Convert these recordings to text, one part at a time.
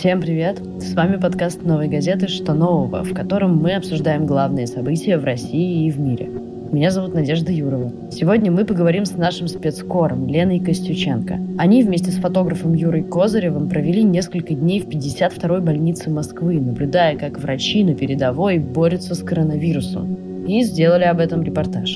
Всем привет! С вами подкаст «Новой газеты. Что нового?», в котором мы обсуждаем главные события в России и в мире. Меня зовут Надежда Юрова. Сегодня мы поговорим с нашим спецкором Леной Костюченко. Они вместе с фотографом Юрой Козыревым провели несколько дней в 52-й больнице Москвы, наблюдая, как врачи на передовой борются с коронавирусом. И сделали об этом репортаж.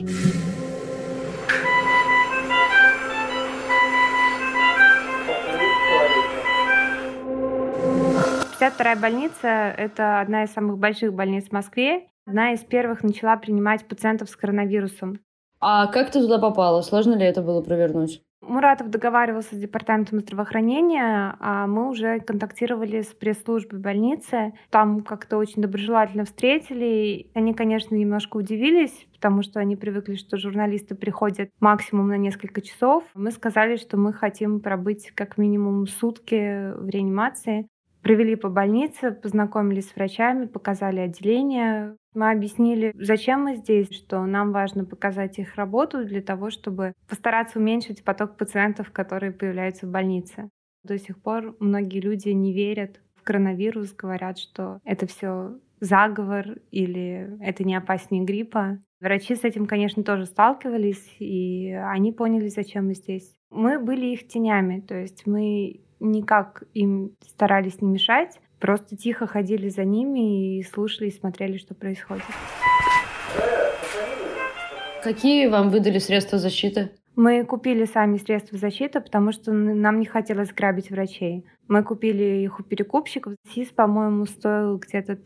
52-я больница – это одна из самых больших больниц в Москве. Одна из первых начала принимать пациентов с коронавирусом. А как ты туда попала? Сложно ли это было провернуть? Муратов договаривался с департаментом здравоохранения, а мы уже контактировали с пресс-службой больницы. Там как-то очень доброжелательно встретили. Они, конечно, немножко удивились, потому что они привыкли, что журналисты приходят максимум на несколько часов. Мы сказали, что мы хотим пробыть как минимум сутки в реанимации. Провели по больнице, познакомились с врачами, показали отделение. Мы объяснили, зачем мы здесь, что нам важно показать их работу для того, чтобы постараться уменьшить поток пациентов, которые появляются в больнице. До сих пор многие люди не верят в коронавирус, говорят, что это все заговор или это не опаснее гриппа. Врачи с этим, конечно, тоже сталкивались, и они поняли, зачем мы здесь. Мы были их тенями, то есть мы никак им старались не мешать, просто тихо ходили за ними и слушали, и смотрели, что происходит. Какие вам выдали средства защиты? Мы купили сами средства защиты, потому что нам не хотелось грабить врачей. Мы купили их у перекупщиков. СИС, по-моему, стоил где-то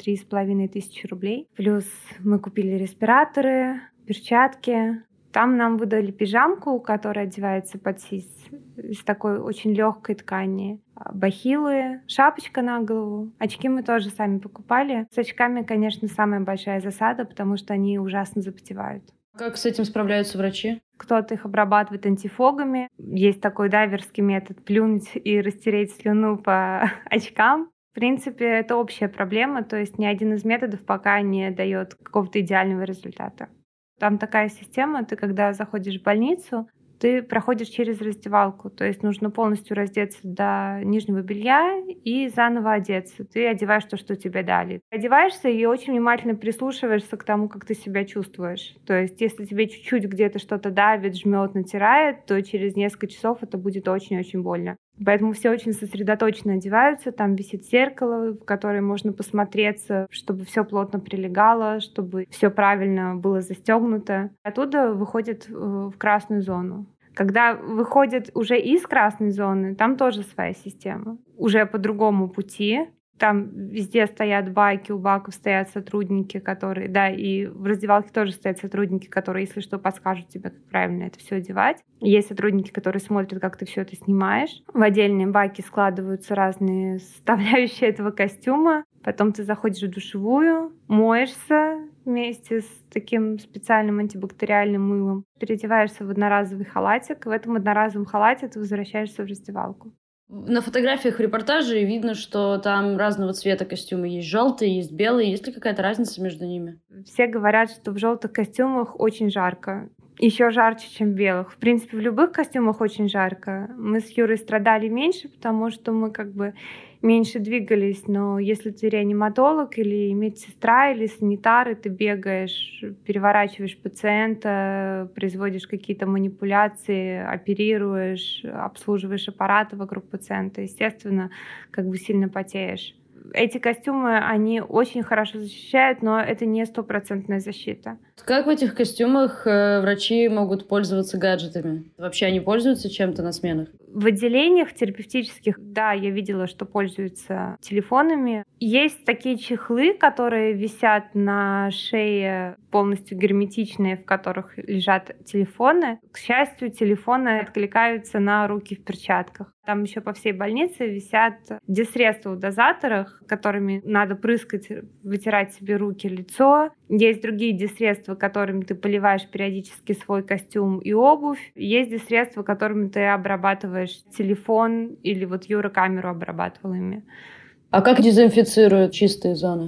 3500 рублей. Плюс мы купили респираторы, перчатки. Там нам выдали пижамку, которая одевается под СИС, из такой очень легкой ткани. Бахилы, шапочка на голову. Очки мы тоже сами покупали. С очками, конечно, самая большая засада, потому что они ужасно запотевают. Как с этим справляются врачи? Кто-то их обрабатывает антифогами. Есть такой дайверский метод — плюнуть и растереть слюну по очкам. В принципе, это общая проблема, то есть ни один из методов пока не дает какого-то идеального результата. Там такая система, ты когда заходишь в больницу, ты проходишь через раздевалку, то есть нужно полностью раздеться до нижнего белья и заново одеться. Ты одеваешь то, что тебе дали. Одеваешься и очень внимательно прислушиваешься к тому, как ты себя чувствуешь. То есть если тебе чуть-чуть где-то что-то давит, жмет, натирает, то через несколько часов это будет очень-очень больно. Поэтому все очень сосредоточенно одеваются. Там висит зеркало, в которое можно посмотреться, чтобы все плотно прилегало, чтобы все правильно было застегнуто. Оттуда выходят в красную зону. Когда выходят уже из красной зоны, там тоже своя система. Уже по другому пути. Там везде стоят баки, у баков стоят сотрудники, которые... Да, и в раздевалке тоже стоят сотрудники, которые, если что, подскажут тебе, как правильно это все одевать. Есть сотрудники, которые смотрят, как ты все это снимаешь. В отдельные баки складываются разные составляющие этого костюма. Потом ты заходишь в душевую, моешься вместе с таким специальным антибактериальным мылом. Переодеваешься в одноразовый халатик. В этом одноразовом халате ты возвращаешься в раздевалку. На фотографиях в репортаже видно, что там разного цвета костюмы. Есть желтые, есть белые. Есть ли какая-то разница между ними? Все говорят, что в желтых костюмах очень жарко. Еще жарче, чем в белых. В принципе, в любых костюмах очень жарко. Мы с Юрой страдали меньше, потому что мы меньше двигались, но если ты реаниматолог или медсестра, или санитар, и ты бегаешь, переворачиваешь пациента, производишь какие-то манипуляции, оперируешь, обслуживаешь аппараты вокруг пациента, естественно, сильно потеешь. Эти костюмы, они очень хорошо защищают, но это не стопроцентная защита. Как в этих костюмах врачи могут пользоваться гаджетами? Вообще они пользуются чем-то на сменах? В отделениях терапевтических, да, я видела, что пользуются телефонами. Есть такие чехлы, которые висят на шее, полностью герметичные, в которых лежат телефоны. К счастью, телефоны откликаются на руки в перчатках. Там еще по всей больнице висят диссредства в дозаторах, которыми надо прыскать, вытирать себе руки, лицо. Есть другие диссредства, которыми ты поливаешь периодически свой костюм и обувь. Есть диссредства, которыми ты обрабатываешь телефон, или Юра камеру обрабатывал ими. А как дезинфицируют чистые зоны?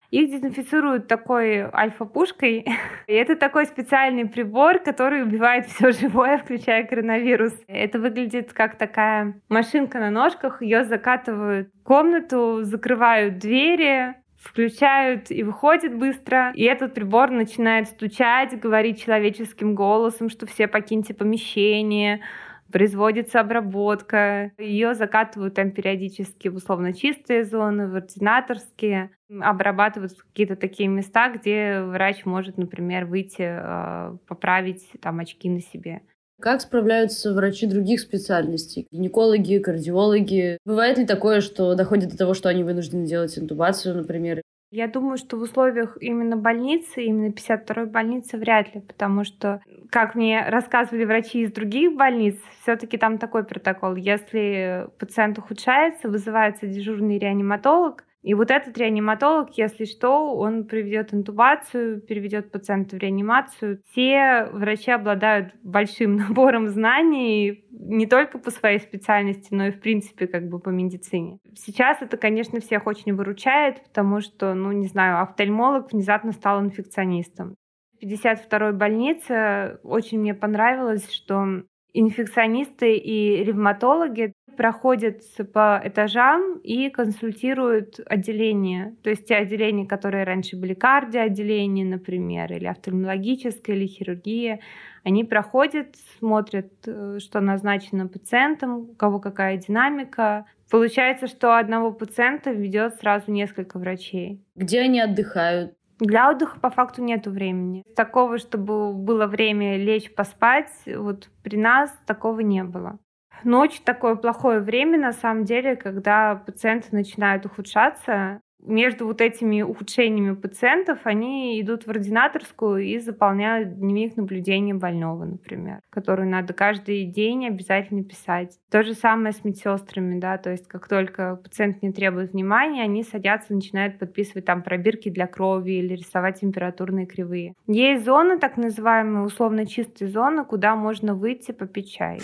Их дезинфицируют такой альфа-пушкой. И это такой специальный прибор, который убивает все живое, включая коронавирус. Это выглядит как такая машинка на ножках. Ее закатывают в комнату, закрывают двери, включают и выходят быстро. И этот прибор начинает стучать, говорить человеческим голосом, что все покиньте помещение. Производится обработка. Ее закатывают там периодически в условно чистые зоны, в ординаторские. Обрабатывают какие-то такие места, где врач может, например, выйти, поправить там очки на себе. Как справляются врачи других специальностей? Гинекологи, кардиологи? Бывает ли такое, что доходит до того, что они вынуждены делать интубацию, например? Я думаю, что в условиях именно больницы, именно 52-й больницы вряд ли, потому что, как мне рассказывали врачи из других больниц, все-таки там такой протокол. Если пациент ухудшается, вызывается дежурный реаниматолог, и вот этот реаниматолог, если что, он проведет интубацию, переведет пациента в реанимацию. Все врачи обладают большим набором знаний не только по своей специальности, но и в принципе по медицине. Сейчас это, конечно, всех очень выручает, потому что, не знаю, офтальмолог внезапно стал инфекционистом. В 52-й больнице очень мне понравилось, что инфекционисты и ревматологи проходят по этажам и консультируют отделения. То есть те отделения, которые раньше были кардиоотделения, например, или офтальмологическое, или хирургия, они проходят, смотрят, что назначено пациентам, у кого какая динамика. Получается, что одного пациента ведет сразу несколько врачей. Где они отдыхают? Для отдыха по факту нету времени. Такого, чтобы было время лечь поспать, вот при нас такого не было. Ночь — такое плохое время, на самом деле, когда пациенты начинают ухудшаться. Между вот этими ухудшениями пациентов они идут в ординаторскую и заполняют дневник наблюдения больного, например, который надо каждый день обязательно писать. То же самое с медсестрами, да, то есть как только пациент не требует внимания, они садятся, начинают подписывать там пробирки для крови или рисовать температурные кривые. Есть зоны, так называемые условно чистые зоны, куда можно выйти попить чай.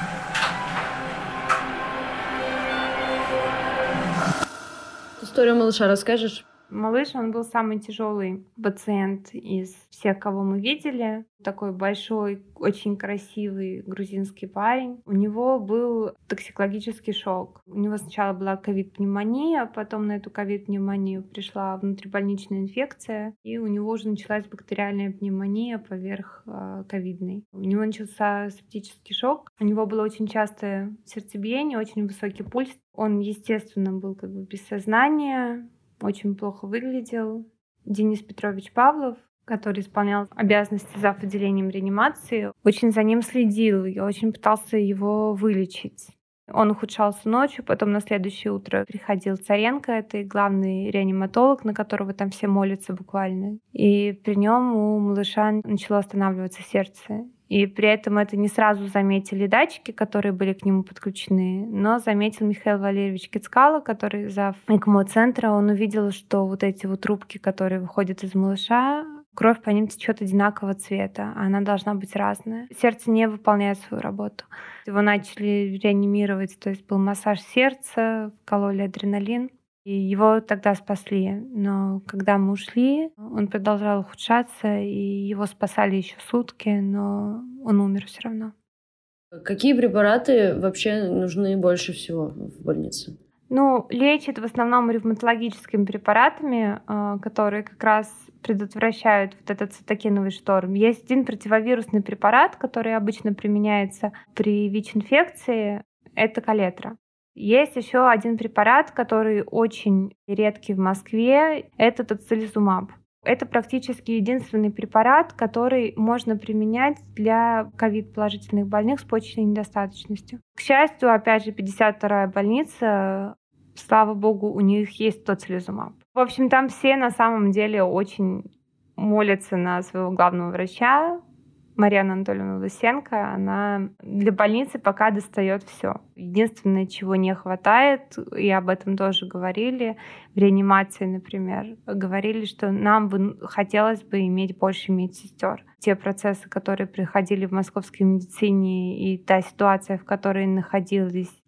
Историю малыша расскажешь? Малыш, он был самый тяжелый пациент из всех, кого мы видели. Такой большой, очень красивый грузинский парень. У него был токсикологический шок. У него сначала была ковид-пневмония, потом на эту ковид-пневмонию пришла внутрибольничная инфекция, и у него уже началась бактериальная пневмония поверх ковидной. У него начался септический шок. У него было очень частое сердцебиение, очень высокий пульс. Он, естественно, был без сознания, очень плохо выглядел. Денис Петрович Павлов, который исполнял обязанности зав. Отделением реанимации, очень за ним следил и очень пытался его вылечить. Он ухудшался ночью, потом на следующее утро приходил Царенко, это главный реаниматолог, на которого там все молятся буквально. И при нем у малыша начало останавливаться сердце. И при этом это не сразу заметили датчики, которые были к нему подключены, но заметил Михаил Валерьевич Кицкало, который зав. ЭКМО-центра. Он увидел, что вот эти вот трубки, которые выходят из малыша, кровь по ним течет одинакового цвета, а она должна быть разная. Сердце не выполняет свою работу. Его начали реанимировать, то есть был массаж сердца, вкололи адреналин. И его тогда спасли. Но когда мы ушли, он продолжал ухудшаться, и его спасали еще сутки, но он умер все равно. Какие препараты вообще нужны больше всего в больнице? Лечат в основном ревматологическими препаратами, которые как раз предотвращают вот этот цитокиновый шторм. Есть один противовирусный препарат, который обычно применяется при ВИЧ-инфекции, это Калетра. Есть еще один препарат, который очень редкий в Москве, это тоцилизумаб. Это практически единственный препарат, который можно применять для ковид-положительных больных с почечной недостаточностью. К счастью, опять же, 52-я больница, слава богу, у них есть тоцилизумаб. В общем, там все на самом деле очень молятся на своего главного врача, Марьяна Анатольевна Лысенко, она для больницы пока достает все. Единственное, чего не хватает, и об этом тоже говорили, в реанимации, например, говорили, что нам бы хотелось бы иметь больше медсестер. Те процессы, которые происходили в московской медицине, и та ситуация, в которой находились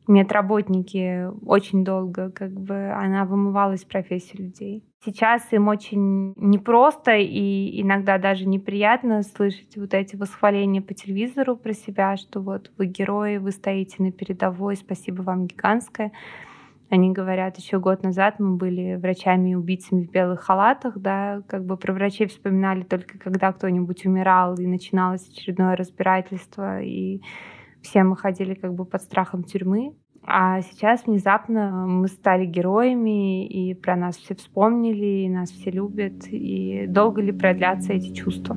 медработники очень долго, она вымывала из профессии людей. Сейчас им очень непросто и иногда даже неприятно слышать вот эти восхваления по телевизору про себя, что вот вы герои, вы стоите на передовой, спасибо вам гигантское. Они говорят, еще год назад мы были врачами и убийцами в белых халатах, да, про врачей вспоминали только когда кто-нибудь умирал и начиналось очередное разбирательство, и все мы ходили под страхом тюрьмы. А сейчас внезапно мы стали героями, и про нас все вспомнили, и нас все любят. И долго ли продлятся эти чувства?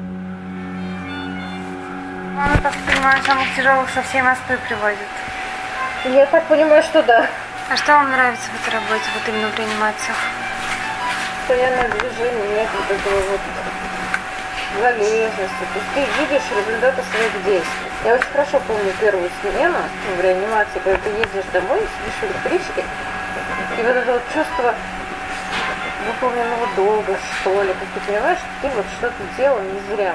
Мама, так понимаю, самых тяжелых со всей Москвы привозит. Я так понимаю, что да. А что вам нравится в этой работе, вот именно в реанимациях? Постоянное движение, нет вот этого вот залежности. То есть ты видишь результаты своих действий. Я очень хорошо помню первую смену в реанимации, когда ты едешь домой, сидишь в электричке, и вот это вот чувство выполненного долга, что ли, как ты понимаешь, что ты вот что-то делал не зря.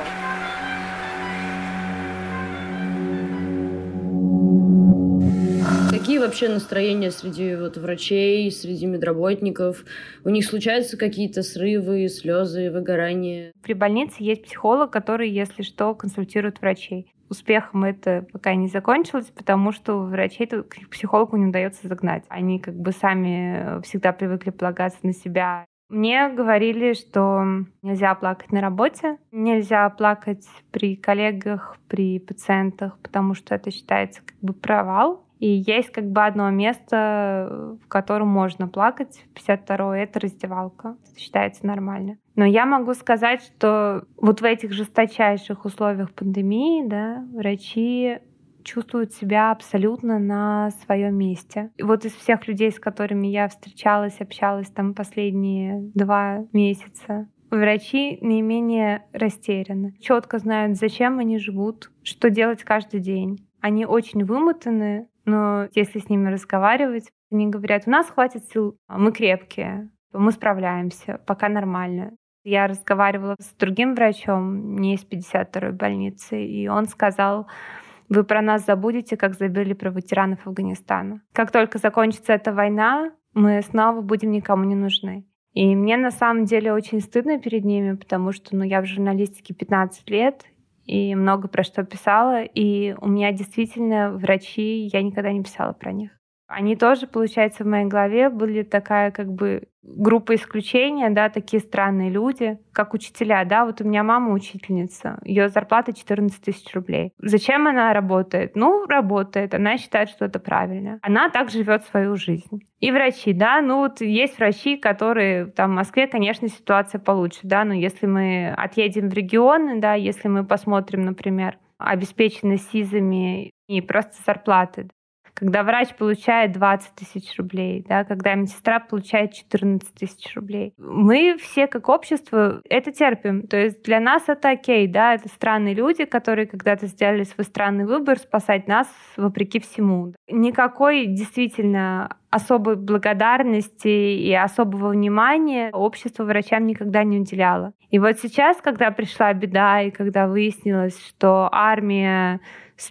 Какие вообще настроения среди врачей, среди медработников? У них случаются какие-то срывы, слезы, выгорания? При больнице есть психолог, который, если что, консультирует врачей. Успехом это пока не закончилось, потому что врачей к психологу не удается загнать. Они сами всегда привыкли полагаться на себя. Мне говорили, что нельзя плакать на работе, нельзя плакать при коллегах, при пациентах, потому что это считается провал. И есть одно место, в котором можно плакать, 52-й, это раздевалка. Это считается нормально. Но я могу сказать, что вот в этих жесточайших условиях пандемии, да, врачи чувствуют себя абсолютно на своем месте. И вот из всех людей, с которыми я встречалась, общалась последние 2 месяца, врачи наименее растеряны. Четко знают, зачем они живут, что делать каждый день. Они очень вымотаны, но если с ними разговаривать, они говорят, у нас хватит сил, мы крепкие, мы справляемся, пока нормально. Я разговаривала с другим врачом, не из 52-й больницы, и он сказал, вы про нас забудете, как забыли про ветеранов Афганистана. Как только закончится эта война, мы снова будем никому не нужны. И мне на самом деле очень стыдно перед ними, потому что я в журналистике 15 лет, и много про что писала, и у меня действительно врачи, я никогда не писала про них. Они тоже, получается, в моей голове были такая группа исключения, да, такие странные люди, как учителя, да, вот у меня мама учительница, ее зарплата 14 000 рублей. Зачем она работает? Работает, она считает, что это правильно. Она так живет свою жизнь. И врачи, да, есть врачи, которые, в Москве, конечно, ситуация получше, да, но если мы отъедем в регионы, да, если мы посмотрим, например, обеспеченность СИЗами и просто зарплаты, когда врач получает 20 000 рублей, да, когда медсестра получает 14 000 рублей. Мы все как общество это терпим. То есть для нас это окей, да, это странные люди, которые когда-то сделали свой странный выбор спасать нас вопреки всему. Никакой действительно особой благодарности и особого внимания общество врачам никогда не уделяло. И вот сейчас, когда пришла беда, и когда выяснилось, что армия,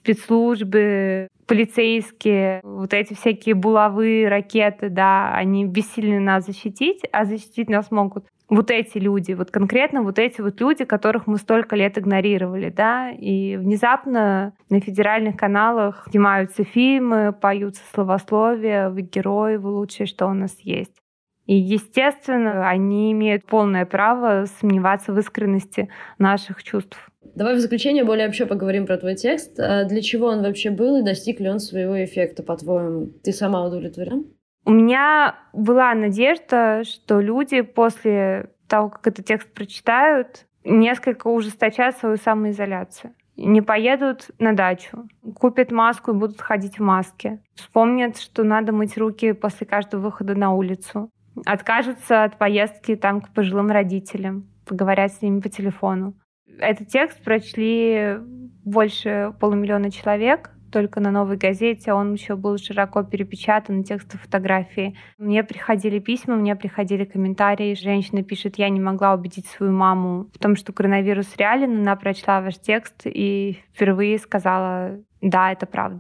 спецслужбы, полицейские, вот эти всякие булавы, ракеты, да, они бессильны нас защитить, а защитить нас могут вот эти люди, вот конкретно вот эти вот люди, которых мы столько лет игнорировали, да, и внезапно на федеральных каналах снимаются фильмы, поются словословия, вы герои, вы лучшее, что у нас есть. И, естественно, они имеют полное право сомневаться в искренности наших чувств. Давай в заключение более вообще поговорим про твой текст. А для чего он вообще был и достиг ли он своего эффекта, по-твоему? Ты сама удовлетворена? У меня была надежда, что люди после того, как этот текст прочитают, несколько ужесточат свою самоизоляцию. Не поедут на дачу, купят маску и будут ходить в маске. Вспомнят, что надо мыть руки после каждого выхода на улицу. Откажутся от поездки к пожилым родителям, поговорят с ними по телефону. Этот текст прочли больше 500 000 человек. Только на «Новой газете» он еще был широко перепечатан, тексты, фотографии. Мне приходили письма, мне приходили комментарии. Женщина пишет, я не могла убедить свою маму в том, что коронавирус реален. Она прочла ваш текст и впервые сказала, да, это правда.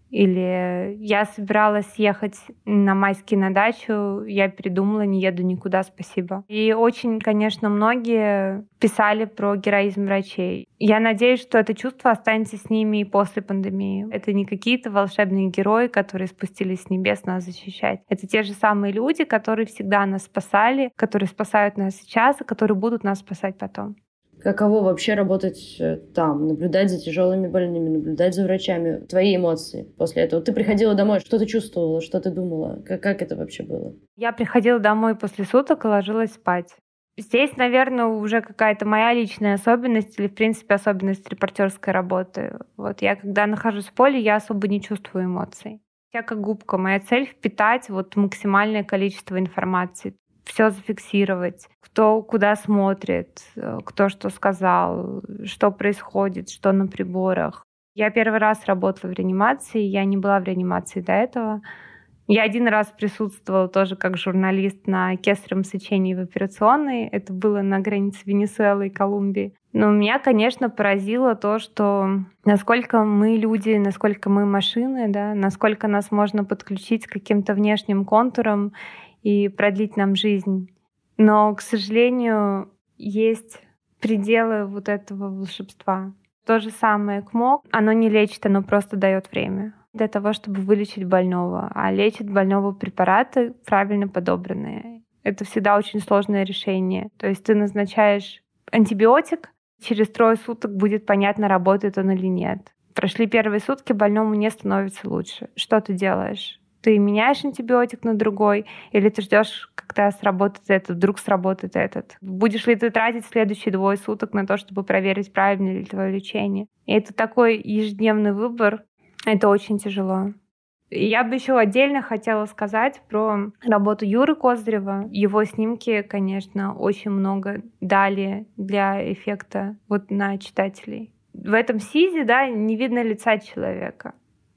Или я собиралась ехать на майские на дачу, я передумала, не еду никуда, спасибо. И очень, конечно, многие писали про героизм врачей. Я надеюсь, что это чувство останется с ними и после пандемии. Это не какие-то волшебные герои, которые спустились с небес нас защищать. Это те же самые люди, которые всегда нас спасали, которые спасают нас сейчас, и которые будут нас спасать потом. Каково вообще работать там, наблюдать за тяжелыми больными, наблюдать за врачами? Твои эмоции после этого? Ты приходила домой, что ты чувствовала, что ты думала? Как это вообще было? Я приходила домой после суток и ложилась спать. Здесь, наверное, уже какая-то моя личная особенность или, в принципе, особенность репортерской работы. Вот я, когда нахожусь в поле, я особо не чувствую эмоций. Я как губка. Моя цель — впитать максимальное количество информации. Все зафиксировать, кто куда смотрит, кто что сказал, что происходит, что на приборах. Я первый раз работала в реанимации, я не была в реанимации до этого. Я один раз присутствовала тоже как журналист на кесаревом сечении в операционной. Это было на границе Венесуэлы и Колумбии. Но меня, конечно, поразило то, что насколько мы люди, насколько мы машины, да, насколько нас можно подключить к каким-то внешним контурам и продлить нам жизнь. Но, к сожалению, есть пределы вот этого волшебства. То же самое ЭКМО, оно не лечит, оно просто дает время для того, чтобы вылечить больного. А лечит больного препараты, правильно подобранные. Это всегда очень сложное решение. То есть ты назначаешь антибиотик, через 3 суток будет понятно, работает он или нет. Прошли первые сутки, больному не становится лучше. Что ты делаешь? Ты меняешь антибиотик на другой, или ты ждешь, когда сработает этот, вдруг сработает этот? Будешь ли ты тратить следующие 2 суток на то, чтобы проверить, правильно ли твое лечение? И это такой ежедневный выбор. Это очень тяжело. И я бы еще отдельно хотела сказать про работу Юры Козырева. Его снимки, конечно, очень много дали для эффекта на читателей. В этом СИЗе, не видно лица человека,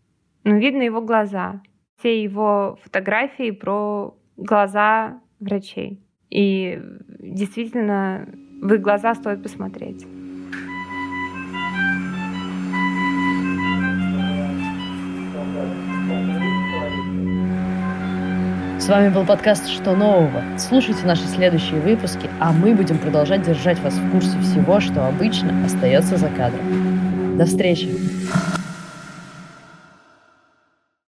но видно его глаза. Все его фотографии про глаза врачей. И действительно, в их глаза стоит посмотреть. С вами был подкаст «Что нового?». Слушайте наши следующие выпуски, а мы будем продолжать держать вас в курсе всего, что обычно остается за кадром. До встречи!